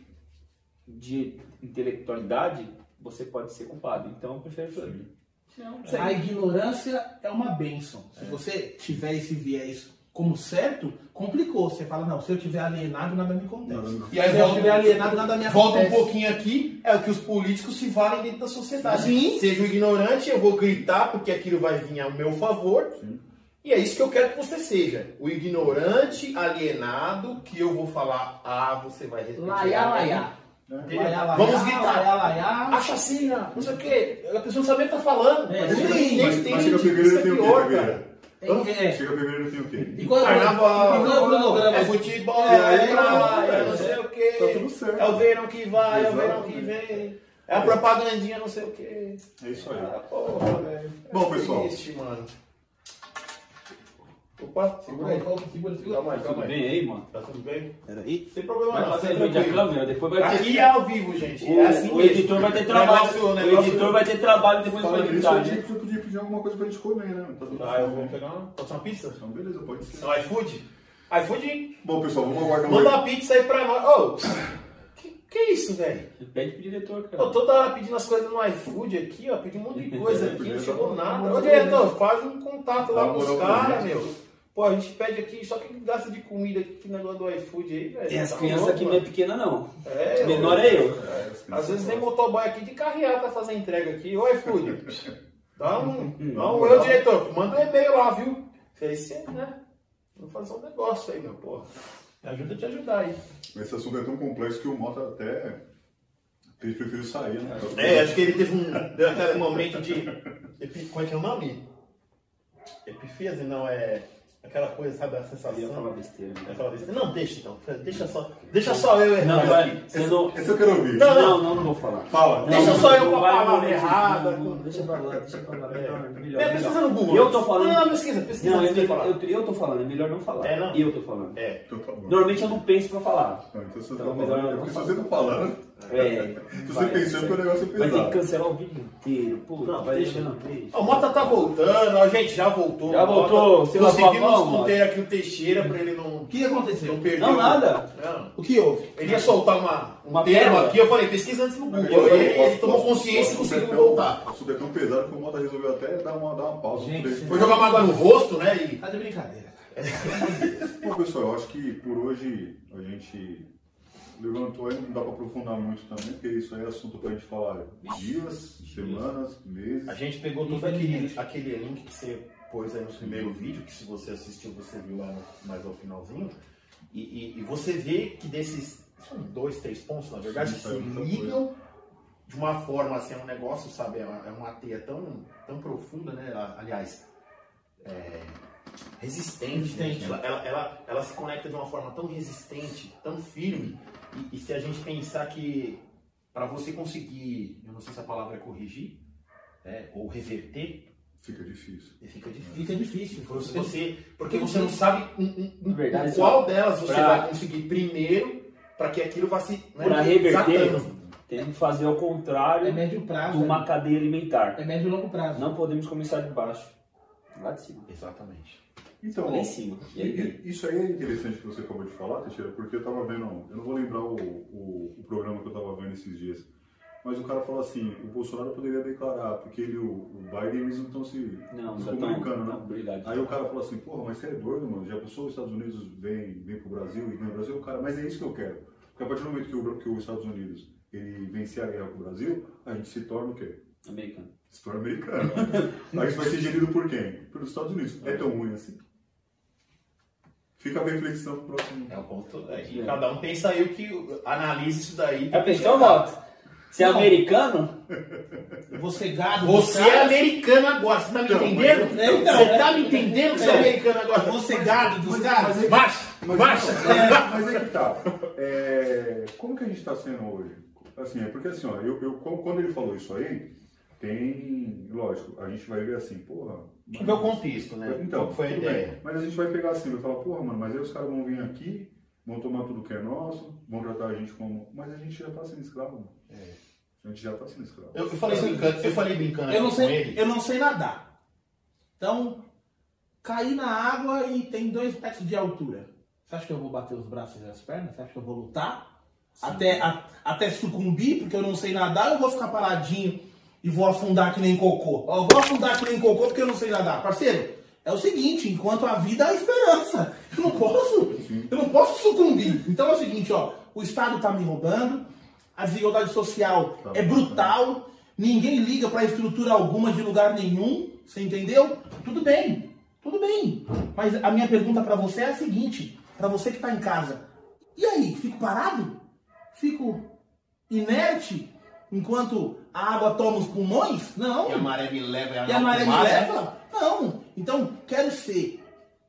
D: de intelectualidade, você pode ser culpado. Então eu prefiro isso aí. Não, sei.
B: A ignorância é uma bênção. Se você tiver esse viés como certo, complicou. Você fala, não, se eu tiver alienado, nada me acontece.
A: Não, não.
C: E aí
B: Se eu
C: volta,
B: tiver alienado, nada me
C: volta um
B: acontece.
C: pouquinho aqui, é o que os políticos se valem dentro da sociedade.
B: Sim.
C: Seja o ignorante, eu vou gritar porque aquilo vai vir ao meu favor.
A: Sim.
C: E é isso que eu quero que você seja. O ignorante, alienado, que eu vou falar, ah, você vai repetir.
B: Laiá, laiá.
C: Entendeu?
B: Laiá, laiá,
C: Vamos gritar.
B: laiá, laiá.
C: A chacina, não sei o quê. A pessoa não sabe o que tá falando.
B: É,
C: Mas
B: sim,
C: ninguém
A: Mas,
C: entende,
A: mas chega
C: isso
A: fevereiro
C: é
A: tem o quê?
C: pior,
A: Fevereiro?
C: cara.
B: É, é.
A: Chega fevereiro tem o quê?
B: E qual é o
C: Carnaval,
B: e qual é o cronograma?
C: é futebol,
A: E aí,
C: é praia,
A: é,
C: não sei o
A: Tá
C: quê.
A: tudo certo.
C: É o verão que vai, é o verão que
A: Exatamente.
C: vem. É a propagandinha, não sei o quê.
A: É isso aí.
C: Ah, porra, velho.
A: Bom, pessoal.
C: É triste, mano. Opa, segura aí.
B: Segura, segura.
C: Calma aí,
D: Tudo
C: calma aí.
D: bem aí, mano?
C: Tá tudo bem?
B: Peraí.
C: Sem problema
D: Vai
C: não,
D: fazer
C: sem
D: vídeo a
C: tranquilo.
D: câmera, depois vai ter...
C: Aqui é ao vivo, gente.
D: O,
C: É assim
D: o
C: mesmo.
D: editor vai ter
C: O
D: trabalho.
C: negócio- o
D: O
C: negócio-
D: editor vai ter trabalho depois vai
A: Falando nisso,
D: editar,
A: a gente
D: né?
A: podia pedir alguma coisa pra gente comer, né? Tá tudo
C: Ah, eu vou
A: certo.
C: pegar uma... Pode ser uma pizza?
A: Então, beleza, pode ser.
C: No iFood? iFood,
A: Bom, pessoal, vamos aguardar
C: manda
A: um
C: uma pizza aí pra nós. Ô, que, que isso, velho?
D: Pede pro diretor, cara.
C: Eu toda hora pedindo as coisas no iFood aqui, ó. Pedi um monte de coisa aqui, não chegou nada. Ô,
A: Dá
C: diretor, faz um contato lá
A: Dá
C: com os
A: moral pra
C: caras,
A: gente.
C: meu. Pô, a gente pede aqui, só que gasta de comida aqui, que negócio do iFood aí, velho.
D: Tem as
C: Tá
D: crianças
C: louco,
D: aqui não é
C: mano.
D: pequena, não.
C: É,
D: Menor é eu.
A: É,
C: Às vezes nem motoboy aqui de carreata pra fazer entrega aqui. Ô, iFood, dá um. Dá um. Ô, diretor, manda um e-mail lá, viu? Aí você, né? Vamos fazer um negócio aí, meu, porra. Me ajuda a te ajudar aí.
A: Esse assunto é tão complexo que o Mota até ele preferiu sair, né?
C: É, acho que ele teve um. Deu aquele momento de. Epi, como é que é o nome? Epifise, não, é. Aquela coisa, sabe, a
D: Eu ia falar
C: sensação.
D: besteira.
C: Eu
D: né?
C: falava assim, não, deixa então. Deixa só. Deixa só eu errar.
D: Não, vai.
C: aqui.
D: Você não...
A: Esse eu quero ouvir.
C: Não,
D: Não, não, não vou falar.
A: Fala.
C: Deixa
D: Não,
C: só eu
D: não
C: com a
D: vai
C: palavra
D: no momento,
C: errada.
D: não, não, Deixa pra lá, deixa pra lá. Melhor, melhor.
C: É, pesquisa no Google.
D: Eu tô falando.
C: Não, pesquisa, pesquisa.
D: Não,
C: antes
D: eu,
C: de
D: eu,
C: falar.
D: eu, eu tô falando, é melhor não falar.
C: É, não?
D: Eu tô falando.
C: É.
A: Então tá bom.
D: Normalmente eu não penso pra falar.
A: Ah, então você
D: Então,
A: tá
D: melhor
A: falando.
D: não
A: É porque se
D: falar.
A: você não falar, né?
D: É.
A: Se você pensando que o negócio é
D: Vai ter que
A: pesado.
D: cancelar o vídeo inteiro. Pô,
C: Não,
D: vai
C: deixa,
D: deixando.
C: não.
D: Deixa.
C: Ó, o Mota tá voltando, a gente já voltou.
D: Já
C: o Mota-
D: voltou, você lavou a
C: Conseguimos
D: mão,
C: conter aqui o Teixeira pra ele não,
B: O que aconteceu?
C: não perder.
D: Não,
C: o-
D: nada.
C: Não.
B: O que houve?
C: Ele ia soltar uma, um
D: Uma
C: termo
D: pérola.
C: aqui, eu falei, pesquisa antes no Google.
A: Posso-
C: Aí ele, ele
A: posso-
C: tomou
A: posso-
C: consciência e
A: posso-
C: conseguiu
A: posso-
C: voltar.
A: O assunto é tão pesado que o Mota resolveu até dar uma, dar uma pausa.
B: Gente,
A: Falei,
C: Foi jogar uma água no rosto, né? E...
B: Tá de brincadeira.
A: Bom, pessoal, eu acho que por hoje a gente levantou aí, não dá pra aprofundar muito também, porque isso aí é assunto pra gente falar dias, semanas, meses.
C: A gente pegou todo aquele, aquele link que você pôs aí no primeiro vídeo, que se você assistiu, você viu lá no, mais ao finalzinho. E, e, e você vê que desses, são dois, três pontos, na verdade,
A: Sim,
C: que se
A: saiu muita
C: ligam de uma forma, assim, é um negócio, sabe, é uma, é uma teia tão, tão profunda, né? Aliás, é, resistente.
B: Resistente.
C: Ela, ela, ela, ela se conecta de uma forma tão resistente, tão firme. E, e se a gente pensar que para você conseguir, eu não sei se a palavra é corrigir, né, ou reverter,
A: Fica difícil.
C: fica difícil.
B: Fica difícil.
C: Você, você, porque você não sabe em, em- em
D: Verdade,
C: qual delas você
D: pra-
C: vai conseguir primeiro para que aquilo vá se... Né,
D: Para reverter,
C: desatando.
D: temos que fazer ao contrário
B: É médio
D: de
B: prazo.
D: uma
B: né?
D: cadeia alimentar.
B: É médio e longo prazo.
D: Não podemos começar de baixo. Lá de cima.
C: Exatamente.
A: Então,
D: Lá em cima. E aí,
A: E- Isso aí é interessante que você acabou de falar, Teixeira, porque eu tava vendo, eu não vou lembrar o, o, o programa que eu tava vendo esses dias, mas o cara falou assim, o Bolsonaro poderia declarar, porque ele e o, o Biden, eles não estão se,
D: não,
A: se
D: já
A: comunicando,
D: estão.
A: né?
D: Não, obrigado.
A: Aí o cara falou assim, porra, mas você é doido, mano, já pensou os Estados Unidos vem, vem pro Brasil e vem pro Brasil? O cara, mas é isso que eu quero. Porque a partir do momento que, o, que os Estados Unidos ele vencer a guerra pro Brasil, a gente se torna o quê?
D: Americano.
A: Se torna americano. A gente vai ser gerido por quem? Pelos Estados Unidos. É tão ruim assim? Fica a reflexão pro próximo.
C: É um ponto. É, e cada um pensa aí o que. Analise isso daí.
D: A pessoa volta. Se é
B: Não.
D: americano,
B: Você gado.
C: Você
B: dos
C: é
B: caras,
C: americano agora, você tá me
A: Então,
C: entendendo?
B: mas- é, então.
C: Você tá me entendendo que você é
B: É.
C: americano agora?
B: Você gado dos caras.
A: mas-
C: Baixa!
A: Mas,
C: Baixa!
A: então, mas é que tá. É, como que a gente está sendo hoje? Assim, é porque assim, ó, eu, eu, quando ele falou isso aí, tem. Lógico, a gente vai ver assim, porra.
C: Tem que ver o contexto, né?
A: Então,
C: Qual foi a
A: tudo
C: ideia?
A: bem. Mas a gente vai pegar assim, vai falar, porra, mano, mas aí os caras vão vir aqui, vão tomar tudo que é nosso, vão tratar a gente como. Mas a gente já tá sendo escravo, mano.
C: É.
A: A gente já tá sendo escravo.
C: Eu, eu falei brincando, eu falei brincando
B: Eu não
C: aqui com
B: sei,
C: ele.
B: eu não sei nadar. Então, caí na água e tem dois metros de altura. Você acha que eu vou bater os braços e as pernas? Você acha que eu vou lutar? Até, a- até sucumbir, porque eu não sei nadar, eu vou ficar paradinho e vou afundar que nem cocô. Ó, eu vou afundar que nem cocô porque eu não sei nadar. Parceiro, é o seguinte, enquanto a vida há esperança. Eu não posso, eu não posso sucumbir. Então é o seguinte, ó, o Estado tá me roubando, a desigualdade social
A: Tá
B: é
A: bom,
B: brutal, ninguém liga para estrutura alguma de lugar nenhum, você entendeu? Tudo bem, tudo bem. Mas a minha pergunta para você é a seguinte, para você que tá em casa, e aí, fico parado? Fico inerte enquanto a água toma os pulmões? Não.
C: E a maré me leva
B: E a maré me
C: tomada.
B: leva? Não. Então, quero ser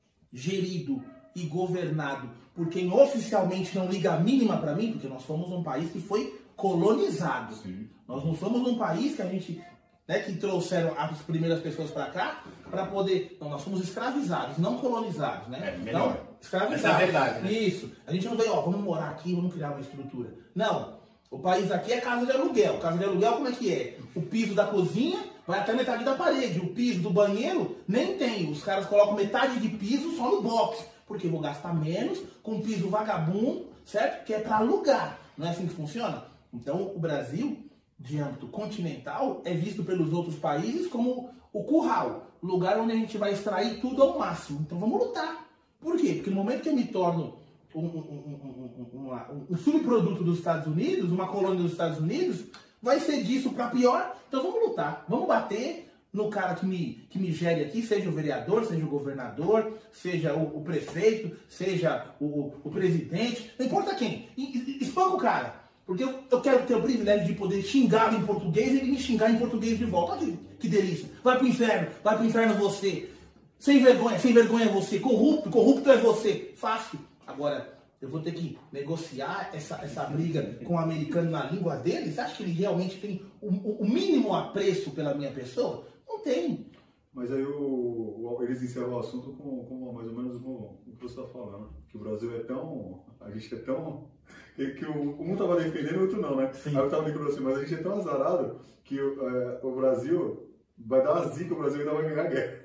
B: gerido e governado por quem oficialmente não liga a mínima para mim, porque nós somos um país que foi colonizado.
A: Sim.
B: Nós não somos um país que a gente, né, que trouxeram as primeiras pessoas para cá para poder... Não, nós somos escravizados, não colonizados, né?
C: É, melhor.
B: Então, escravizados.
C: Essa é a verdade, né?
B: Isso. A gente não veio, ó, vamos morar aqui, vamos criar uma estrutura. Não. O país aqui é casa de aluguel. Casa de aluguel como é que é? O piso da cozinha vai até metade da parede. O piso do banheiro nem tem. Os caras colocam metade de piso só no box. Porque eu vou gastar menos com um piso vagabundo, certo? Que é para alugar. Não é assim que funciona? Então, o Brasil, de âmbito continental, é visto pelos outros países como o curral. Lugar onde a gente vai extrair tudo ao máximo. Então, vamos lutar. Por quê? Porque no momento que eu me torno um, um, um, um, um, um subproduto dos Estados Unidos, uma colônia dos Estados Unidos, vai ser disso para pior. Então, vamos lutar. Vamos bater no cara que me, que me gere aqui, seja o vereador, seja o governador, seja o, o prefeito, seja o, o presidente, não importa quem. E, e, espanca o cara. Porque eu, eu quero ter o privilégio de poder xingar em português e ele me xingar em português de volta. Olha que, que delícia. Vai pro inferno, vai pro inferno você. Sem vergonha, sem vergonha é você. Corrupto, corrupto é você. Fácil. Agora, eu vou ter que negociar essa, essa briga com o americano na língua dele? Você acha que ele realmente tem o, o, o mínimo apreço pela minha pessoa? Não tem.
A: Mas aí o, o- eles encerram o assunto com, com mais ou menos com o que você está falando. Que o Brasil é tão. A gente é tão. Que, que o, um estava defendendo e o outro não, né? Aí eu estava falando assim, mas a gente é tão azarado que o, é, o Brasil vai dar uma zica, o Brasil ainda vai ganhar a guerra.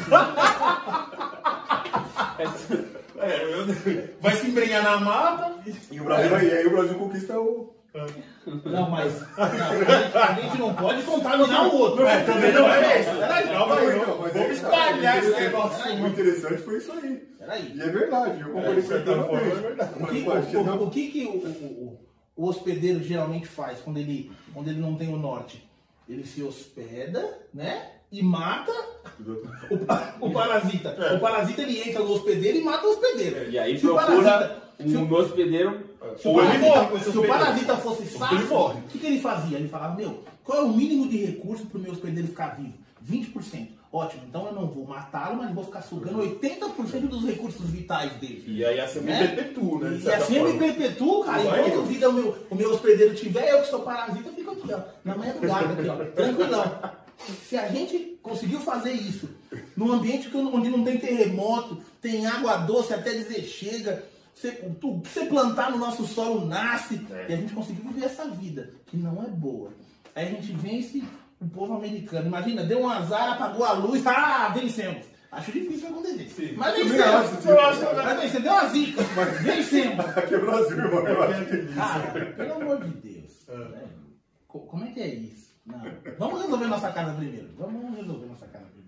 C: É, meu Deus. Vai se embrenhar na mata.
A: E o Brasil vai, e aí o Brasil conquista o.
B: Não, mas não, a, gente, a gente não pode contaminar o outro.
C: É, também não é isso.
B: Peraí,
C: Calma aí,
A: Não, mas
C: vamos
A: é-
C: espalhar esse
A: é-
C: negócio.
A: O interessante foi isso aí.
B: peraí.
A: E é verdade, eu concordei com ele totalmente.
B: O que,
A: Mas, pô,
B: o,
A: não-
B: o, o que, que o, o, o hospedeiro geralmente faz quando ele, quando ele não tem o norte? Ele se hospeda, né? E mata o, pa- o parasita. O parasita ele entra no hospedeiro e mata o hospedeiro.
D: E aí
B: Se o
D: procura
B: parasita- se
D: um
B: o-
D: hospedeiro.
B: Se o
C: Ou ele morre com
B: parasita,
C: esse
B: se o
C: hospedeiro.
B: parasita fosse
C: ele
B: fácil,
C: morre.
B: o que, que ele fazia? Ele falava, meu, qual é o mínimo de recurso para o meu hospedeiro ficar vivo? vinte por cento. Ótimo, então eu não vou matá-lo, mas vou ficar sugando oitenta por cento dos recursos vitais dele.
E: E aí assim eu me
B: Né?
E: perpetuo, né? de
B: E
E: certa
B: assim eu me
E: forma.
B: perpetuo, cara.
E: Vai
B: Enquanto
E: eu.
B: vida o meu, o meu hospedeiro tiver, eu que sou parasita, eu fico aqui, ó, na manhã do gato, aqui, ó, tranquilão. Se a gente conseguiu fazer isso num ambiente que- onde não tem terremoto, tem água doce até dizer chega, Você, o que você plantar no nosso solo nasce.
C: É.
B: E a gente conseguiu viver essa vida, que não é boa. Aí a gente vence o povo americano. Imagina, deu um azar, apagou a luz, ah, vencemos. Acho difícil acontecer.
A: Sim.
B: Mas
A: Eu
B: vencemos.
A: acho difícil.
B: Eu acho, mas vencemos. Deu uma zica. Vencemos.
A: Aqui é Brasil, mano. Eu acho que é isso.
B: Cara, pelo amor de Deus. né? Co- Como é que é isso? Não. Vamos resolver nossa casa primeiro. Vamos resolver nossa casa primeiro.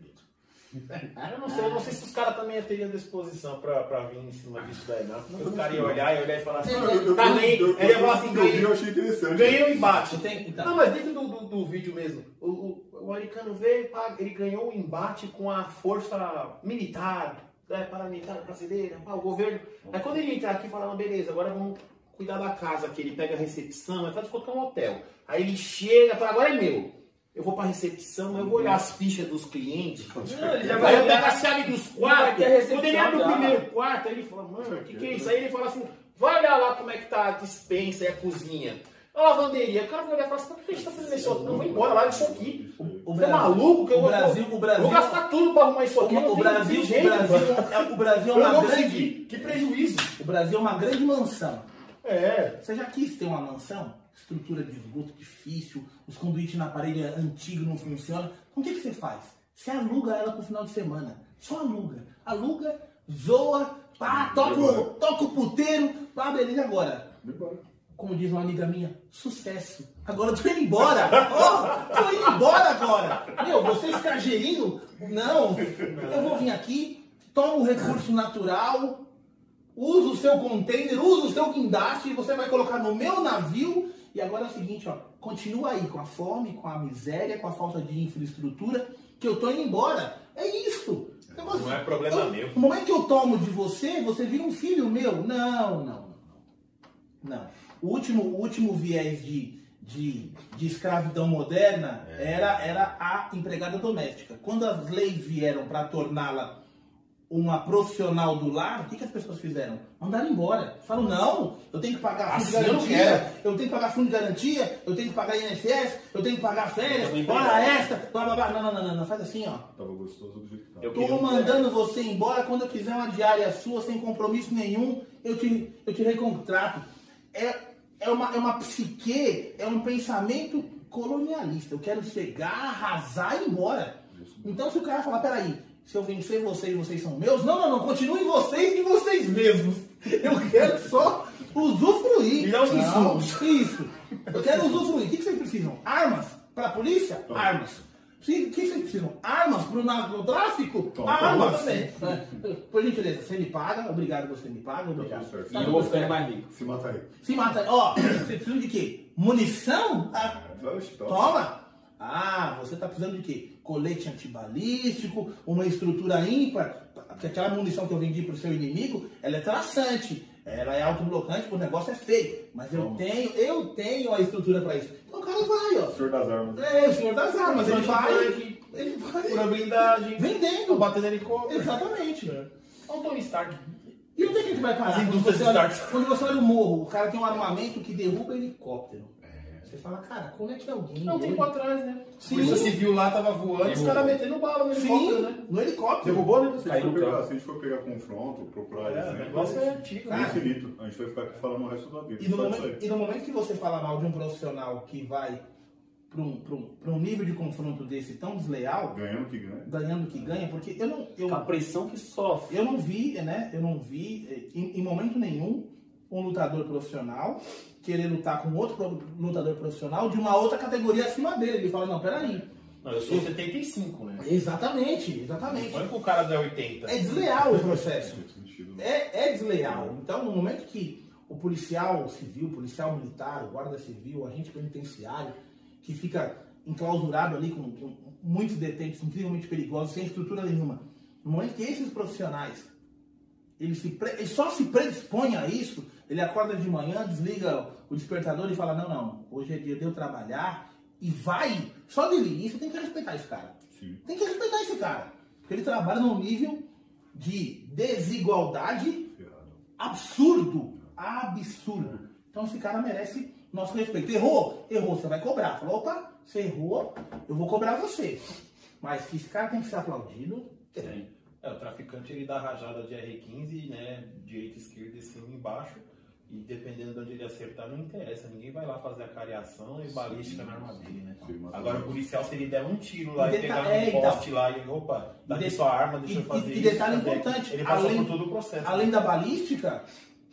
C: Eu não sei, eu não sei se os caras também teriam disposição pra, pra vir em cima disso daí, não. Porque os caras iam olhar e olhar e falar assim,
A: Eu- eu-
C: tá
A: eu-
C: bem,
A: eu-
C: ele ia falar assim,
A: eu vi, eu
C: ganhei,
A: achei interessante.
C: ganhei um embate.
B: Eu tenho- então.
C: Não, mas dentro do, do, do vídeo mesmo, o, o, o americano veio, pá, ele ganhou um embate com a força militar, né, paramilitar brasileira, pá, o governo. Aí quando ele entrar aqui e falar, não, beleza, agora vamos cuidar da casa aqui, ele pega a recepção, aí faz de conta que é um hotel. Aí ele chega e fala, agora é meu. Eu vou pra recepção, eu vou olhar as fichas dos clientes.
D: Não, ele já
C: Aí
D: vai
C: eu pego a chave dos
D: vai
C: quartos.
D: ter recepção
C: Quando ele abre o
D: já.
C: primeiro quarto, aí ele fala, mano, o que, que é isso? Aí ele fala assim, vai olhar lá como é que tá a despensa e a cozinha. A lavanderia. O cara vai olhar e fala assim, por que a gente tá fazendo isso? Não, vou embora lá disso aqui.
B: O
C: Você é maluco que eu
B: o
C: vou,
B: Brasil, o
C: vou
B: Brasil,
C: gastar tudo pra arrumar isso aqui?
B: o,
C: não
B: o
C: tem-
B: Brasil,
C: não tem jeito,
B: o Brasil,
C: mano.
B: é, o Brasil é
C: Eu
B: uma
C: não
B: grande,
C: consegui. Que prejuízo.
B: o Brasil é uma grande mansão.
C: É.
B: Você já quis ter uma mansão? Estrutura de esgoto difícil, os conduítes na parede antigo não funcionam. Então o que, que você faz? Você aluga ela pro final de semana. Só aluga. Aluga, zoa, pá, toca, o- toca o puteiro, pá, beleza, agora.
A: Vai embora.
B: Como diz uma amiga minha, sucesso. Agora eu tô indo embora. Oh, tô indo embora agora. Meu, você ficar gerindo? Não. Eu vou vir aqui, tomo o recurso natural, uso o seu container, uso o seu guindaste, e você vai colocar no meu navio. E agora é o seguinte, ó, continua aí com a fome, com a miséria, com a falta de infraestrutura, que eu tô indo embora. É isso.
C: Não é problema
B: Eu-
C: meu.
B: No momento que eu tomo de você, você vira um filho meu. Não, não, não. Não. O último, o último viés de, de, de escravidão moderna era, era a empregada doméstica. Quando as leis vieram para torná-la uma profissional do lar, o que, que as pessoas fizeram? Mandaram embora. Falaram, não, eu tenho que pagar fundo de
C: Assim eu não
B: garantia,
C: quero.
B: eu tenho que pagar fundo de garantia, eu tenho que pagar I N S S, eu tenho que pagar férias,
C: Eu vou
B: hora extra, blá, blá, blá. Não, não, não, não, não, faz assim, ó.
A: Tava gostoso do jeito que tava.
C: Eu
B: Tô
C: queria-
B: mandando você embora, quando eu quiser uma diária sua, sem compromisso nenhum, eu te, eu te recontrato. É, é, uma, é uma psique, é um pensamento colonialista. Eu quero chegar, arrasar e ir embora. Então se o cara falar, peraí, se eu vencer vocês, vocês são meus? Não, não, não, continuem vocês de vocês mesmos. Eu quero só usufruir.
C: Me dá os insumos.
B: Isso. Eu quero usufruir. O que que vocês precisam? Armas? Para a polícia?
A: Toma.
B: Armas. O que que vocês precisam? Armas para o narcotráfico?
A: Toma.
B: Armas.
A: Toma.
B: É. Por gentileza, você me paga, obrigado, você me paga, obrigado.
A: tudo certo.
B: Tá
D: E eu
B: tudo
D: vou ficando
B: certo.
D: mais rico.
A: Se mata aí.
B: Se mata. Ó, você precisa de quê? Munição? Ah,
A: Oxe, toma.
B: toma! Ah, você tá precisando de quê? Colete antibalístico, uma estrutura ímpar, porque aquela munição que eu vendi pro seu inimigo, ela é traçante, ela é autoblocante, o negócio é feio. Mas eu
A: Toma.
B: tenho, eu tenho a estrutura para isso. Então o cara vai, ó.
A: Senhor das armas.
B: É, o senhor das armas, ele vai.
C: Tanque,
B: Ele vai.
C: Pura blindagem.
B: Vendendo.
C: Tô batendo helicóptero.
B: Exatamente.
C: É um Tony Stark.
B: E onde é que a gente vai parar?
C: As
B: Quando
C: indústrias
B: você, olha,
C: Stark.
B: quando você olha o morro, o cara tem um armamento que derruba helicóptero. Você fala, cara, como é que alguém...
C: Não, um
B: hoje-
C: tempo atrás, né?
B: Sim.
C: A Polícia Civil lá tava voando, os
D: Derrubou.
C: caras metendo bala no helicóptero,
B: Sim,
C: né?
B: no helicóptero.
C: Derrubou, né?
A: Se a
D: Caiu
A: gente
D: no
A: for pegar,
D: campo.
A: se a gente for pegar confronto, procurar
C: É, o
A: exemplo,
C: negócio é antigo.
A: é
B: Cara,
A: infinito. A gente vai ficar aqui falando o resto da vida.
B: E no,
A: Só
B: momento,
A: disso aí.
B: e no momento que você fala mal de um profissional que vai para um, pra um, pra um nível de confronto desse tão desleal,
A: Ganhando que ganha.
B: ganhando o que ganha, porque eu não, eu,
D: Com a pressão que sofre.
B: eu não vi, né? Eu não vi eh, em, em momento nenhum um lutador profissional querer lutar com outro pro- lutador profissional de uma outra categoria acima dele. Ele fala, não, peraí.
C: Não, eu sou setenta e cinco, né?
B: Exatamente, exatamente.
C: Olha que o cara é oitenta.
B: É desleal o processo.
A: Nesse sentido, né?
B: É, é desleal. Então, no momento que o policial civil, policial militar, o guarda civil, o agente penitenciário, que fica enclausurado ali com, com muitos detentos incrivelmente perigosos, sem estrutura nenhuma, no momento que esses profissionais, ele, se pre- ele só se predispõe a isso, ele acorda de manhã, desliga o despertador e fala, não, não, hoje é dia de eu trabalhar, e vai, só dele ir, você tem que respeitar esse cara.
A: Sim.
B: Tem que respeitar esse cara. Porque ele trabalha num nível de desigualdade
A: Ferrado.
B: absurdo. Absurdo. Então esse cara merece nosso respeito. Errou? Errou, você vai cobrar. Falou, opa, você errou, eu vou cobrar você. Mas que esse cara tem que ser aplaudido.
D: Tem.
E: É, o traficante ele dá rajada de R quinze, né? Direita, esquerda, em cima e embaixo. E dependendo de onde ele acertar, não interessa. Ninguém vai lá fazer a cariação e balística na arma dele, né?
A: Sim, mas-
E: Agora o policial, se ele der um tiro lá
B: E
E: e,
B: deta-
E: pegar
B: é,
E: um
B: então.
E: poste lá e, opa, dá aqui
B: de-
E: sua arma, deixa
B: e-
E: eu fazer
B: e- e
E: isso.
B: detalhe
E: fazer
B: importante,
E: aquilo. Ele passou
B: além-
E: por todo o processo.
B: Além da balística,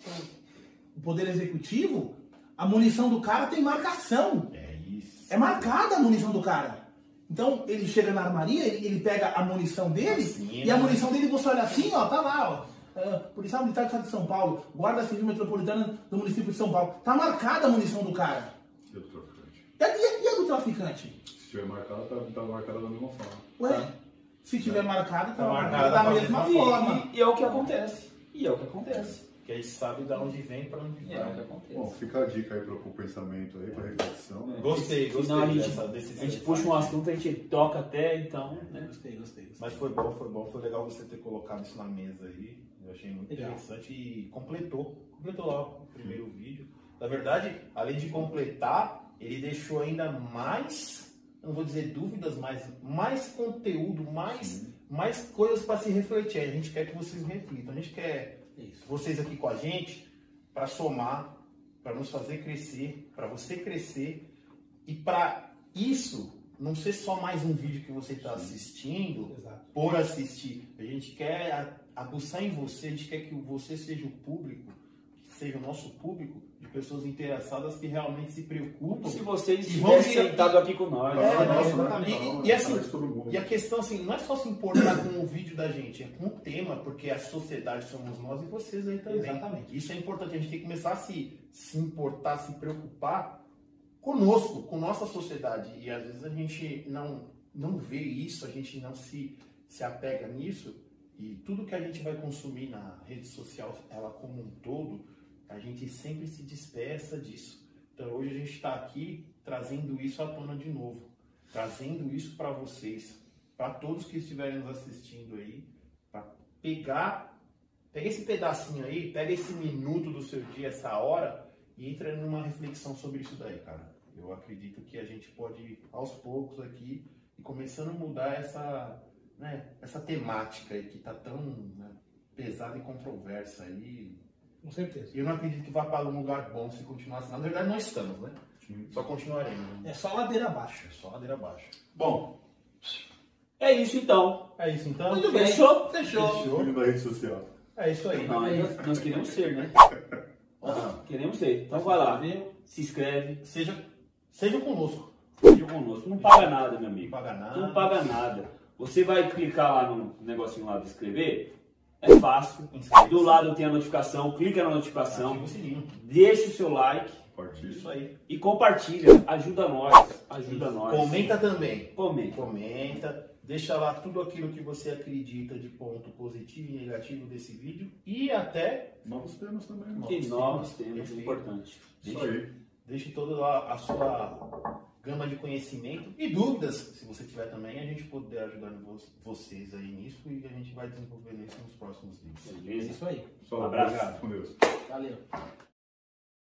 B: o Poder Executivo, a munição do cara tem marcação.
E: É isso.
B: É marcada a munição do cara. Então, ele chega na armaria, ele, ele pega a munição dele,
E: Assim,
B: e a
E: né?
B: munição dele, você olha assim, ó, tá lá, ó. É, Policial Militar do Estado de São Paulo, Guarda Civil Metropolitana do município de São Paulo. Tá marcada a munição do cara.
A: E o traficante?
B: E a, e a- e a do traficante?
A: Se tiver marcado, tá, tá marcada da mesma forma.
B: Ué, se tiver marcado, tá,
E: Tá
B: marcada
E: marcada
B: da
E: da
B: mesma
E: mesma
B: forma.
D: E, e é o que acontece. E é o que acontece.
E: Que a gente sabe de onde vem pra onde
D: E é o que
E: vai.
D: acontece.
A: Bom, fica a dica aí pro, pro pensamento aí, pra reflexão, né?
E: Gostei, gostei
D: Senão a gente,
E: dessa, desse
D: a gente
E: seu
D: puxa um
E: insight.
D: assunto, a gente toca até, então, né?
B: Gostei, gostei. gostei.
E: Mas foi bom, foi bom, foi legal você ter colocado isso na mesa aí. Eu achei muito
B: Legal.
E: interessante e completou. Completou lá o primeiro vídeo. Na verdade, além de completar, ele deixou ainda mais, não vou dizer dúvidas, mas mais conteúdo, mais, mais coisas para se refletir. A gente quer que vocês reflitam. A gente quer
B: Isso.
E: vocês aqui com a gente para somar, para nos fazer crescer, para você crescer e para isso não ser só mais um vídeo que você está assistindo
B: Exato.
E: por assistir. A gente quer a- aguçar em você, a gente quer que você seja o público, que seja o nosso público de pessoas interessadas que realmente se preocupam.
D: Como se vocês
E: E vão
D: estivessem
E: vir-
D: sentados aqui com nós.
E: É,
D: né?
E: nossa,
B: exatamente.
E: E- e assim,
A: Todo mundo.
E: E a questão, assim, não é só se importar com o vídeo da gente, é com o tema, porque a sociedade somos nós e vocês aí também.
B: Exatamente.
E: Isso é importante, a gente tem que começar a se, se importar, se preocupar conosco, com nossa sociedade. E às vezes a gente não, não vê isso, a gente não se, se apega nisso. E tudo que a gente vai consumir na rede social, ela como um todo, a gente sempre se dispersa disso. Então hoje a gente está aqui trazendo isso à tona de novo. Trazendo isso para vocês, para todos que estiverem nos assistindo aí, para pegar, pega esse pedacinho aí, pega esse minuto do seu dia, essa hora, e entra numa reflexão sobre isso daí, cara. Eu acredito que a gente pode ir aos poucos aqui e começando a mudar essa, né, essa temática aí que tá tão, né, pesada e controversa aí.
B: Com certeza.
E: E eu não acredito que vá para um lugar bom se continuar assim. Na verdade, nós estamos, né? Só continuaremos. Né?
B: É só ladeira abaixo.
E: É só ladeira abaixo. Bom,
D: É isso então.
E: é isso então.
B: Muito bem.
D: Fechou?
B: Fechou.
E: Fechou.
A: Filho da rede social.
E: É isso aí.
D: Não, nós, nós queremos ser, né?
E: Ah,
D: Queremos ser. Então vai lá, se inscreve,
E: seja, seja conosco.
D: seja conosco. Não paga nada, meu
E: Não
D: amigo.
E: paga nada.
D: Não paga nada. Você vai clicar lá no negocinho lá de inscrever, é fácil.
E: Inscreve-se.
D: Do lado tem a notificação, clica na notificação,
E: Ativa o sininho.
D: deixa o seu like
A: Partilha.
E: Isso aí.
D: e compartilha. Ajuda nós. Ajuda nós.
E: Comenta também.
D: Comenta.
E: Comenta. Deixa lá tudo aquilo que você acredita de ponto positivo e negativo desse vídeo. E até
A: Novos temas também. né?
D: E novos temas,
E: Perfeito.
D: importante.
A: Isso aí.
E: deixe toda lá a sua gama de conhecimento e dúvidas, se você tiver também, a gente poder ajudar vo- vocês aí nisso e a gente vai desenvolver isso nos próximos vídeos.
B: É
D: Beleza?
B: isso aí.
A: Só
D: Abraço.
A: obrigado. Com Deus.
B: Valeu.